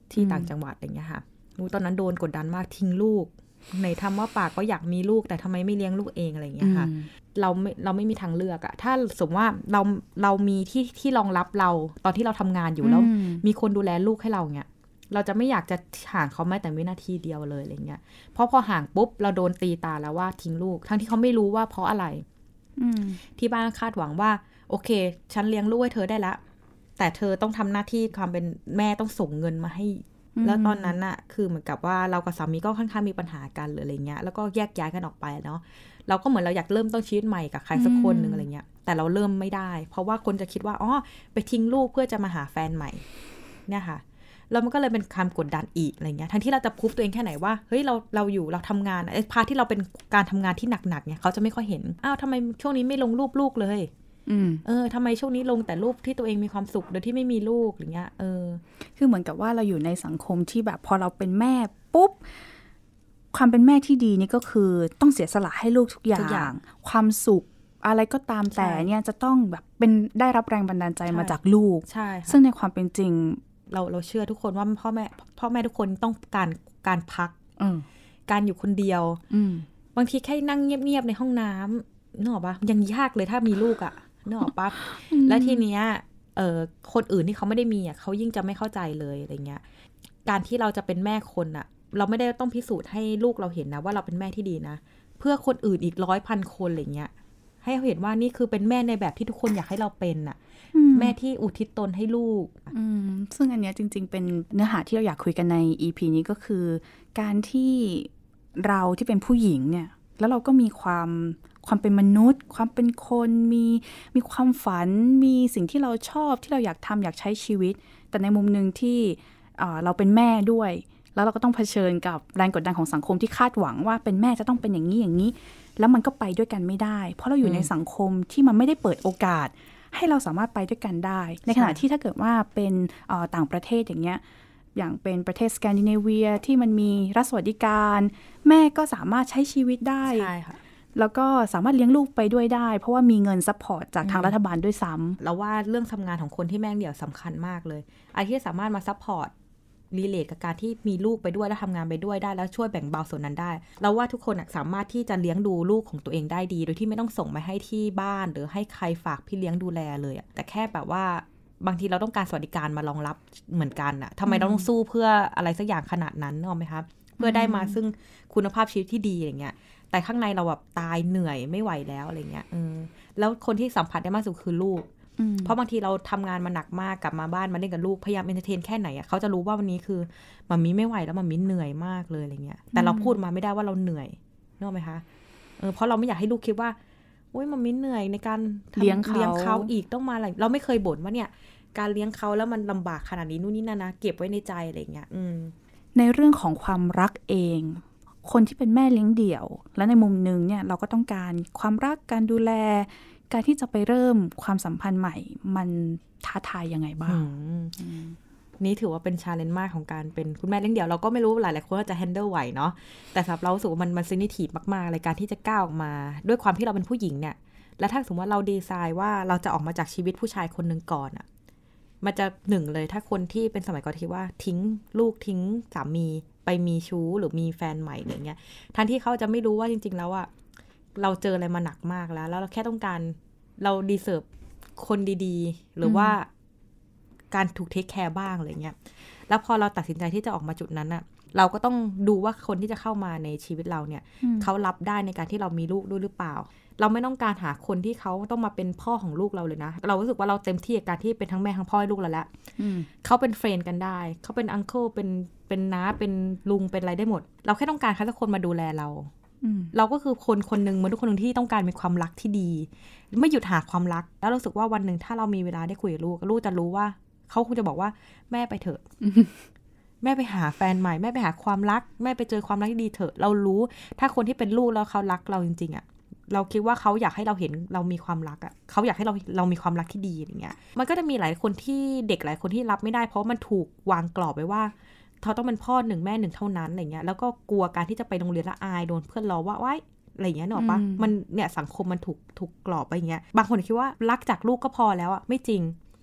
ที่ต่างจังหวัดอะไรเงี้ยค่ะตอนนั้นโดนกดดันมากทิ้งลูกไหนทำว่าปากก็อยากมีลูกแต่ทำไมไม่เลี้ยงลูกเองอะไรเงี้ยค่ะเราไม่มีทางเลือกอะถ้าสมมติว่าเรามีที่รองรับเราตอนที่เราทำงานอยู่แล้วมีคนดูแลลูกให้เราเงี้ยเราจะไม่อยากจะห่างเขาแม้แต่วินาทีเดียวเลยอะไรเงี้ยเพราะพอห่างปุ๊บเราโดนตีตาแล้วว่าทิ้งลูกทั้งที่เขาไม่รู้ว่าเพราะอะไรที่บ้านคาดหวังว่าโอเคฉันเลี้ยงลูกให้เธอได้ละแต่เธอต้องทำหน้าที่ความเป็นแม่ต้องส่งเงินมาให้แล้วตอนนั้นน่ะคือเหมือนกับว่าเรากับสามีก็ค่อนข้างมีปัญหากันหรืออะไรเงี้ยแล้วก็แยกย้ายกันออกไปเนาะเราก็เหมือนเราอยากเริ่มต้นชีวิตใหม่กับใครสักคนนึงอะไรเงี้ยแต่เราเริ่มไม่ได้เพราะว่าคนจะคิดว่าอ๋อไปทิ้งลูกเพื่อจะมาหาแฟนใหม่เนี่ยค่ะแล้วมันก็เลยเป็นความกดดันอีกอะไรเงี้ยทั้งที่เราจะพูดตัวเองแค่ไหนว่าเฮ้ยเราอยู่เราทำงานไอ้พาร์ทที่เราเป็นการทำงานที่หนักๆเนี่ยเขาจะไม่ค่อยเห็นอ้าวทำไมช่วงนี้ไม่ลงรูปลูกเลยทำไมช่วงนี้ลงแต่รูปที่ตัวเองมีความสุขโดยที่ไม่มีลูกอย่างเงี้ย
คือเหมือนกับว่าเราอยู่ในสังคมที่แบบพอเราเป็นแม่ปุ๊บความเป็นแม่ที่ดีนี่ก็คือต้องเสียสละให้ลูกทุกอย่างความสุขอะไรก็ตามแต่เนี่ยจะต้องแบบเป็นได้รับแรงบันดาลใจมาจากลูกซึ่งในความเป็นจริง
เราเชื่อทุกคนว่าพ่อแม่ทุกคนต้องการพักการอยู่คนเดียวบางทีแค่นั่งเงียบๆในห้องน้ำนึกออกปะยังยากเลยถ้ามีลูกอะนึกออกปะแล้วทีเนี้ยคนอื่นที่เขาไม่ได้มีอ่ะเขายิ่งจะไม่เข้าใจเลยอะไรเงี้ยการที่เราจะเป็นแม่คนอ่ะเราไม่ได้ต้องพิสูจน์ให้ลูกเราเห็นนะว่าเราเป็นแม่ที่ดีนะเพื่อคนอื่นอีก100,000 คนอะไรเงี้ยให้เขาเห็นว่านี่คือเป็นแม่ในแบบที่ทุกคนอยากให้เราเป็นอ่ะแม่ที่อุทิศตนให้ลูก
ซึ่งอันเนี้ยจริงๆเป็นเนื้อหาที่เราอยากคุยกันใน EP นี้ก็คือการที่เราที่เป็นผู้หญิงเนี่ยแล้วเราก็มีความเป็นมนุษย์ความเป็นคนมีความฝันมีสิ่งที่เราชอบที่เราอยากทำอยากใช้ชีวิตแต่ในมุมนึงที่เราเป็นแม่ด้วยแล้วเราก็ต้องเผชิญกับแรงกดดันของสังคมที่คาดหวังว่าเป็นแม่จะต้องเป็นอย่างนี้แล้วมันก็ไปด้วยกันไม่ได้เพราะเราอยู่ในสังคมที่มันไม่ได้เปิดโอกาสให้เราสามารถไปด้วยกันได้ในขณะที่ถ้าเกิดว่าเป็นต่างประเทศอย่างเงี้ยอย่างเป็นประเทศสแกนดิเนเวียที่มันมีรัฐสวัสดิการแม่ก็สามารถใช้ชีวิตได้
ใช่ค่ะ
แล้วก็สามารถเลี้ยงลูกไปด้วยได้เพราะว่ามีเงินซัพพอร์ตจากทางรัฐบาลด้วยซ้ำ
แล้วว่าเรื่องทำงานของคนที่แม่เดี่ยวสำคัญมากเลยอะไรที่สามารถมาซัพพอร์ตรีเลทกับการที่มีลูกไปด้วยแล้วทำงานไปด้วยได้แล้วช่วยแบ่งเบาส่วนนั้นได้เราว่าทุกคนสามารถที่จะเลี้ยงดูลูกของตัวเองได้ดีโดยที่ไม่ต้องส่งมาให้ที่บ้านหรือให้ใครฝากพี่เลี้ยงดูแลเลยแต่แค่แบบว่าบางทีเราต้องการสวัสดิการมารองรับเหมือนกันทำไมเราต้องสู้เพื่ออะไรสักอย่างขนาดนั้นนึกออกไหมคะเพื่อได้มาซึ่งคุณภาพชีวิตที่ดีอย่างเงี้ยแต่ข้างในเราแบบตายเหนื่อยไม่ไหวแล้วอะไรเงี้ยแล้วคนที่สัมผัสได้มากสุดคือลูกเพราะบางทีเราทำงานมาหนักมากกลับมาบ้านมาเล่นกับลูกพยายามเอนเตอร์เทนแค่ไหนเขาจะรู้ว่าวันนี้คือมัมมี่ไม่ไหวแล้วมัมมี่เหนื่อยมากเลยอะไรเงี้ยแต่เราพูดมาไม่ได้ว่าเราเหนื่อยนึกออกไหมคะเพราะเราไม่อยากให้ลูกคิดว่าโอ๊ยมัมมี่เหนื่อยในการ
เลี้ยง
เขาอีกต้องมาอะไรเราไม่เคยบ่นว่าเนี่ยการเลี้ยงเขาแล้วมันลำบากขนาดนี้นู่นนี่นั่นนะเก็บไว้ในใจอะไรเงี้ย
ในเรื่องของความรักเองคนที่เป็นแม่เลี้ยงเดี่ยวและในมุมนึงเนี่ยเราก็ต้องการความรักการดูแลการที่จะไปเริ่มความสัมพันธ์ใหม่มันท้าทายยังไงบ้าง
นี่ถือว่าเป็น challenge มากของการเป็นคุณแม่เลี้ยงเดี่ยวเราก็ไม่รู้หลายๆคนว่าจะ handle ไหวเนาะแต่สำหรับเราสึกว่ามัน sensitive มากๆในการที่จะก้าวออกมาด้วยความที่เราเป็นผู้หญิงเนี่ยและถ้าสมมติว่าเราดีไซน์ว่าเราจะออกมาจากชีวิตผู้ชายคนนึงก่อนมันจะหนึ่งเลยถ้าคนที่เป็นสมัยก่อนที่ว่าทิ้งลูกทิ้งสามีไปมีชู้หรือมีแฟนใหม่อะไรเงี้ยทั้งที่เขาจะไม่รู้ว่าจริงๆแล้วเราเจออะไรมาหนักมากแล้วเราแค่ต้องการเราดีเซิร์ฟคนดีๆหรือว่าการถูกเทคแคร์บ้างอะไรเงี้ยแล้วพอเราตัดสินใจที่จะออกมาจุดนั้นเราก็ต้องดูว่าคนที่จะเข้ามาในชีวิตเราเนี่ยเขารับได้ในการที่เรามีลูกด้วยหรือเปล่าเราไม่ต้องการหาคนที่เขาต้องมาเป็นพ่อของลูกเราเลยนะเรารู้สึกว่าเราเต็มที่กับการที่เป็นทั้งแม่ทั้งพ่อให้ลูกเราแล้วเขาเป็นเฟรนด์กันได้เขาเป็นอังเคิลเป็นน้าเป็นลุงเป็นอะไรได้หมดเราแค่ต้องการใครสักคนมาดูแลเราก็คือคนหนึ่งเหมือนทุกคนหนึ่งที่ต้องการมีความรักที่ดีไม่หยุดหาความรักแล้วรู้สึกว่าวันหนึ่งถ้าเรามีเวลาได้คุยกับลูกจะรู้ว่าเขาคงจะบอกว่าแม่ไปเถอะแม่ไปหาแฟนใหม่แม่ไปหาความรักแม่ไปเจอความรักที่ดีเถอะเรารู้ถ้าคนที่เป็นลูกแล้วเขารักเราจริงๆเราคิดว่าเขาอยากให้เราเห็นเรามีความรักเขาอยากให้เรามีความรักที่ดีอย่างเงี้ยมันก็จะมีหลายคนที่เด็กหลายคนที่รับไม่ได้เพราะมันถูกวางกรอบไว้ว่าเขาต้องเป็นพ่อหนึ่งแม่หนึ่งเท่านั้นอะไรเงี้ยแล้วก็กลัวการที่จะไปโรงเรียนละอายโดนเพื่อนล้อว่าไว้อะไรเงี้ยเนอะปะมันเนี่ยสังคมมันถูกกรอบไปอย่างเงี้ยบางคนคิดว่ารักจากลูกก็พอแล้วไม่จริง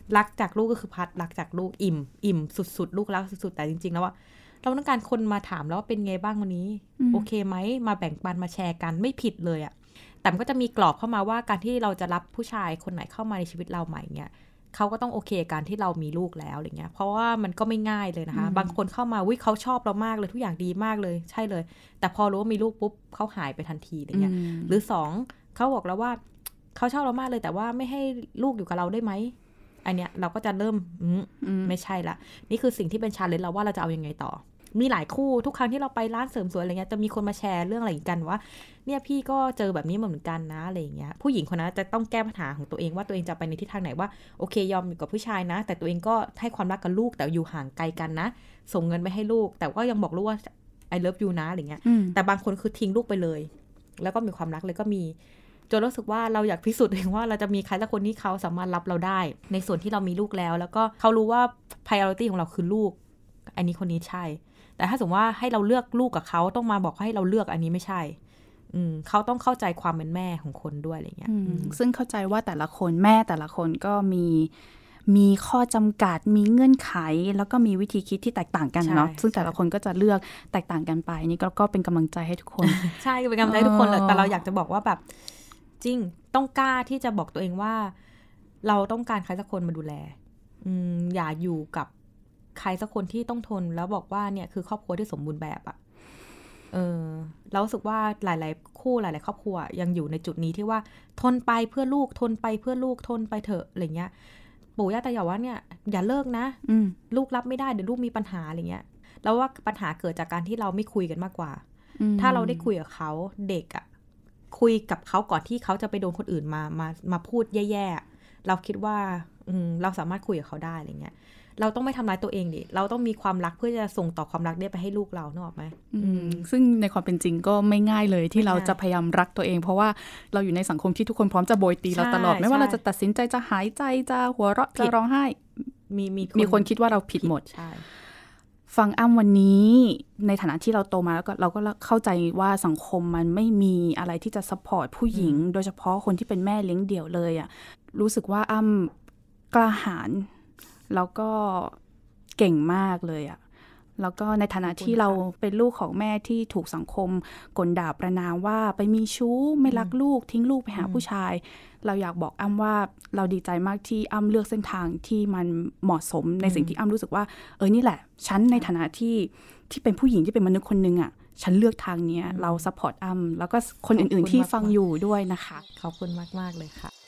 รักจากลูกก็คือพัดรักจากลูกอิ่มสุดๆลูกรักสุดๆแต่จริงๆแล้วว่าเราต้องการคนมาถามแล้วว่าเป็นไงบ้างวันนี้โอเคไหมมาแบ่งปันมาแชร์กันไม่ผิดเลยอะแต่มันก็จะมีกรอบเข้ามาว่าการที่เราจะรับผู้ชายคนไหนเข้ามาในชีวิตเราใหม่เนี่ยเขาก็ต้องโอเคการที่เรามีลูกแล้วอะไรเงี้ยเพราะว่ามันก็ไม่ง่ายเลยนะคะบางคนเข้ามาเขาชอบเรามากเลยทุกอย่างดีมากเลยใช่เลยแต่พอรู้ว่ามีลูกปุ๊บเขาหายไปทันทีอะไรเงี้ยหรือ2เขาบอกแล้วว่าเขาชอบเรามากเลยแต่ว่าไม่ให้ลูกอยู่กับเราได้ไหมอันเนี้ยเราก็จะเริ่มไม่ใช่ละนี่คือสิ่งที่เป็น challenge เราว่าเราจะเอายังไงต่อมีหลายคู่ทุกครั้งที่เราไปร้านเสริมสวยอะไรเงี้ยจะมีคนมาแชร์เรื่องอะไรกันว่าเนี่ยพี่ก็เจอแบบนี้เหมือนกันนะอะไรเงี้ยผู้หญิงคนนั้นจะต้องแก้ปัญหาของตัวเองว่าตัวเองจะไปในทิศทางไหนว่าโอเคยอมอยู่กับผู้ชายนะแต่ตัวเองก็ให้ความรักกับลูกแต่อยู่ห่างไกลกันนะส่งเงินไปให้ลูกแต่ก็ยังบอกลูกว่า I love you นะอะไรเงี้ยแต่บางคนคือทิ้งลูกไปเลยแล้วก็มีความรักเลยก็มีจนรู้สึกว่าเราอยากพิสูจน์เองว่าเราจะมีใครสักคนที่เขาสามารถรับเราได้ในส่วนที่เรามีลูกแล้วก็เขารู้ว่า priority ของเราคือลูกอันนี้คนนี้ใช่แต่ถ้าสมมติว่าให้เราเลือกลูกกับเขาต้องมาบอกให้เราเลือกอันนี้ไม่ใช่เขาต้องเข้าใจความเป็นแม่ของคนด้วยอะไรเงี้ย
ซึ่งเข้าใจว่าแต่ละคนแม่แต่ละคนก็มีข้อจำกัดมีเงื่อนไขแล้วก็มีวิธีคิดที่แตกต่างกันเนาะซึ่งแต่ละคนก็จะเลือกแตกต่างกันไปนี่ก็เป็นกำลังใจให้ทุกคน
ใช่เป็นกำลังใจให้ทุกคนเลยแต่เราอยากจะบอกว่าแบบจริงต้องกล้าที่จะบอกตัวเองว่าเราต้องการใครสักคนมาดูแลอย่าอยู่กับใครสักคนที่ต้องทนแล้วบอกว่าเนี่ยคือครอบครัวที่สมบูรณ์แบบอะเรารู้สึกว่าหลายๆคู่หลายๆครอบครัวยังอยู่ในจุดนี้ที่ว่าทนไปเพื่อลูกทนไปเพื่อลูกทนไปเถอะอะไรเงี้ยปู่ย่าตายายว่าเนี่ยอย่าเลิกนะลูกรับไม่ได้เดี๋ยวลูกมีปัญหาอะไรเงี้ยแล้วว่าปัญหาเกิดจากการที่เราไม่คุยกันมากกว่าถ้าเราได้คุยกับเขาเด็กอะคุยกับเขาก่อนที่เขาจะไปโดนคนอื่นมาพูดแย่ๆเราคิดว่าเราสามารถคุยกับเขาได้อะไรเงี้ยเราต้องไม่ทำร้ายตัวเองดิเราต้องมีความรักเพื่อจะส่งต่อความรักได้ไปให้ลูกเรานึกออกไหม
ซึ่งในความเป็นจริงก็ไม่ง่ายเลยที่เราจะพยายามรักตัวเองเพราะว่าเราอยู่ในสังคมที่ทุกคนพร้อมจะโบยตีเราตลอดไม่ว่าเราจะตัดสินใจจะหายใจจะหัวเราะจะร้องไห้มีคนคิดว่าเราผิดหมดฟังอ้ำวันนี้ในฐานะที่เราโตมาแล้วก็เราก็เข้าใจว่าสังคมมันไม่มีอะไรที่จะซัพพอร์ตผู้หญิงโดยเฉพาะคนที่เป็นแม่เลี้ยงเดี่ยวเลยอ่ะรู้สึกว่าอ้ำกล้าหาญแล้วก็เก่งมากเลยอ่ะแล้วก็ในฐานะที่เราเป็นลูกของแม่ที่ถูกสังคมกลด่าประณามว่าไปมีชู้ไม่รักลูกทิ้งลูกไปหาผู้ชายเราอยากบอกอ้ำว่าเราดีใจมากที่อ้ำเลือกเส้นทางที่มันเหมาะสมในสิ่งที่อ้ำรู้สึกว่านี่แหละฉันในฐานะที่เป็นผู้หญิงที่เป็นมนุษย์คนนึงอ่ะฉันเลือกทางนี้เราซัพพอร์ตอ้ำแล้วก็คนอื่นๆที่ฟังอยู่ด้วยนะคะ
ขอบคุณมากๆเลยค่ะ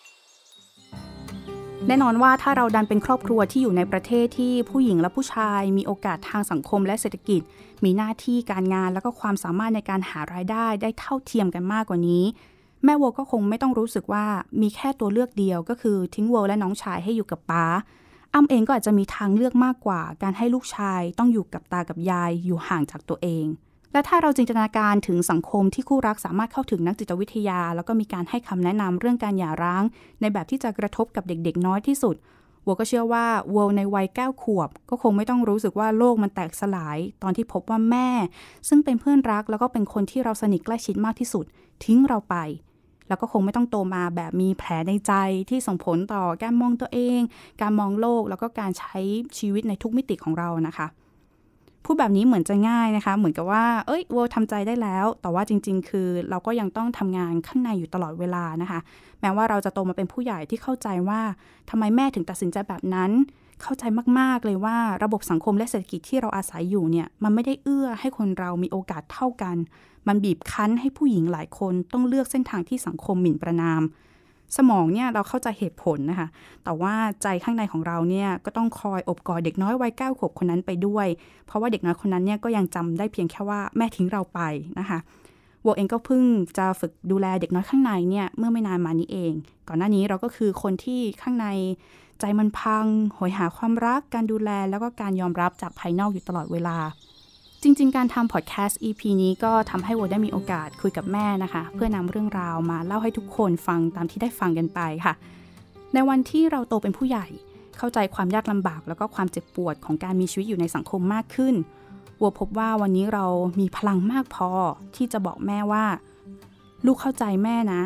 แน่นอนว่าถ้าเราดันเป็นครอบครัวที่อยู่ในประเทศที่ผู้หญิงและผู้ชายมีโอกาสทางสังคมและเศรษฐกิจมีหน้าที่การงานแล้วก็ความสามารถในการหารายได้ได้เท่าเทียมกันมากกว่านี้แม่วัวก็คงไม่ต้องรู้สึกว่ามีแค่ตัวเลือกเดียวก็คือทิ้งวัวและน้องชายให้อยู่กับป้าอ้ำเองก็อาจจะมีทางเลือกมากกว่าการให้ลูกชายต้องอยู่กับตากับยายอยู่ห่างจากตัวเองและถ้าเราจินตนาการถึงสังคมที่คู่รักสามารถเข้าถึงนักจิตวิทยาแล้วก็มีการให้คำแนะนำเรื่องการหย่าร้างในแบบที่จะกระทบกับเด็กๆน้อยที่สุดวัวก็เชื่อว่าวัวในวัย9 ขวบก็คงไม่ต้องรู้สึกว่าโลกมันแตกสลายตอนที่พบว่าแม่ซึ่งเป็นเพื่อนรักแล้วก็เป็นคนที่เราสนิทใกล้ชิดมากที่สุดทิ้งเราไปแล้วก็คงไม่ต้องโตมาแบบมีแผลในใจที่ส่งผลต่อการมองตัวเองการมองโลกแล้วก็การใช้ชีวิตในทุกมิติของเรานะคะพูดแบบนี้เหมือนจะง่ายนะคะเหมือนกับว่าวัวทำใจได้แล้วแต่ว่าจริงๆคือเราก็ยังต้องทำงานข้างในอยู่ตลอดเวลานะคะแม้ว่าเราจะโตมาเป็นผู้ใหญ่ที่เข้าใจว่าทำไมแม่ถึงตัดสินใจแบบนั้นเข้าใจมากๆเลยว่าระบบสังคมและเศรษฐกิจที่เราอาศัยอยู่เนี่ยมันไม่ได้เอื้อให้คนเรามีโอกาสเท่ากันมันบีบคั้นให้ผู้หญิงหลายคนต้องเลือกเส้นทางที่สังคมหมิ่นประณามสมองเนี่ยเราเข้าใจเหตุผลนะคะแต่ว่าใจข้างในของเราเนี่ยก็ต้องคอยอบกอดเด็กน้อยวัย9 ขวบคนนั้นไปด้วยเพราะว่าเด็กน้อยคนนั้นเนี่ยก็ยังจำได้เพียงแค่ว่าแม่ทิ้งเราไปนะคะวัวเองก็เพิ่งจะฝึกดูแลเด็กน้อยข้างในเนี่ยเมื่อไม่นานมานี้เองก่อนหน้านี้เราก็คือคนที่ข้างในใจมันพังโหยหาความรักการดูแลแล้วก็การยอมรับจากภายนอกอยู่ตลอดเวลาจริงๆการทำพอดแคสต์ EP นี้ก็ทำให้วัวได้มีโอกาสคุยกับแม่นะคะเพื่อนำเรื่องราวมาเล่าให้ทุกคนฟังตามที่ได้ฟังกันไปค่ะในวันที่เราโตเป็นผู้ใหญ่เข้าใจความยากลำบากแล้วก็ความเจ็บปวดของการมีชีวิตอยู่ในสังคมมากขึ้นวัวพบว่าวันนี้เรามีพลังมากพอที่จะบอกแม่ว่าลูกเข้าใจแม่นะ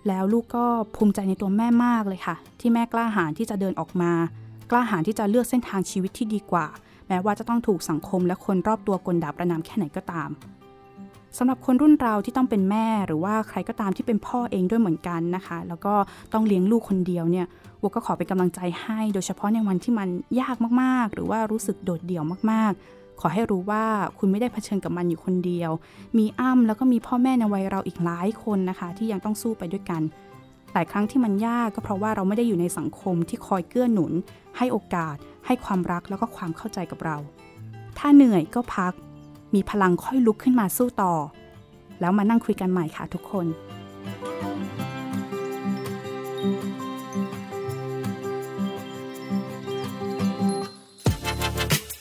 แล้วลูกก็ภูมิใจในตัวแม่มากเลยค่ะที่แม่กล้าหาญที่จะเดินออกมากล้าหาญที่จะเลือกเส้นทางชีวิตที่ดีกว่าแม้ว่าจะต้องถูกสังคมและคนรอบตัวกลด่าประณามแค่ไหนก็ตามสำหรับคนรุ่นเราที่ต้องเป็นแม่หรือว่าใครก็ตามที่เป็นพ่อเองด้วยเหมือนกันนะคะแล้วก็ต้องเลี้ยงลูกคนเดียวเนี่ยวัวก็ขอเป็นกำลังใจให้โดยเฉพาะในวันที่มันยากมากๆหรือว่ารู้สึกโดดเดี่ยวมากๆขอให้รู้ว่าคุณไม่ได้เผชิญกับมันอยู่คนเดียวมีอ้ำแล้วก็มีพ่อแม่ในวัยเราอีกหลายคนนะคะที่ยังต้องสู้ไปด้วยกันหลายครั้งที่มันยากก็เพราะว่าเราไม่ได้อยู่ในสังคมที่คอยเกื้อหนุนให้โอกาสให้ความรักแล้วก็ความเข้าใจกับเราถ้าเหนื่อยก็พักมีพลังค่อยลุกขึ้นมาสู้ต่อแล้วมานั่งคุยกันใหม่ค่ะทุกคน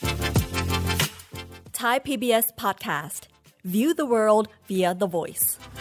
Thai PBS Podcast. View the world via the voice.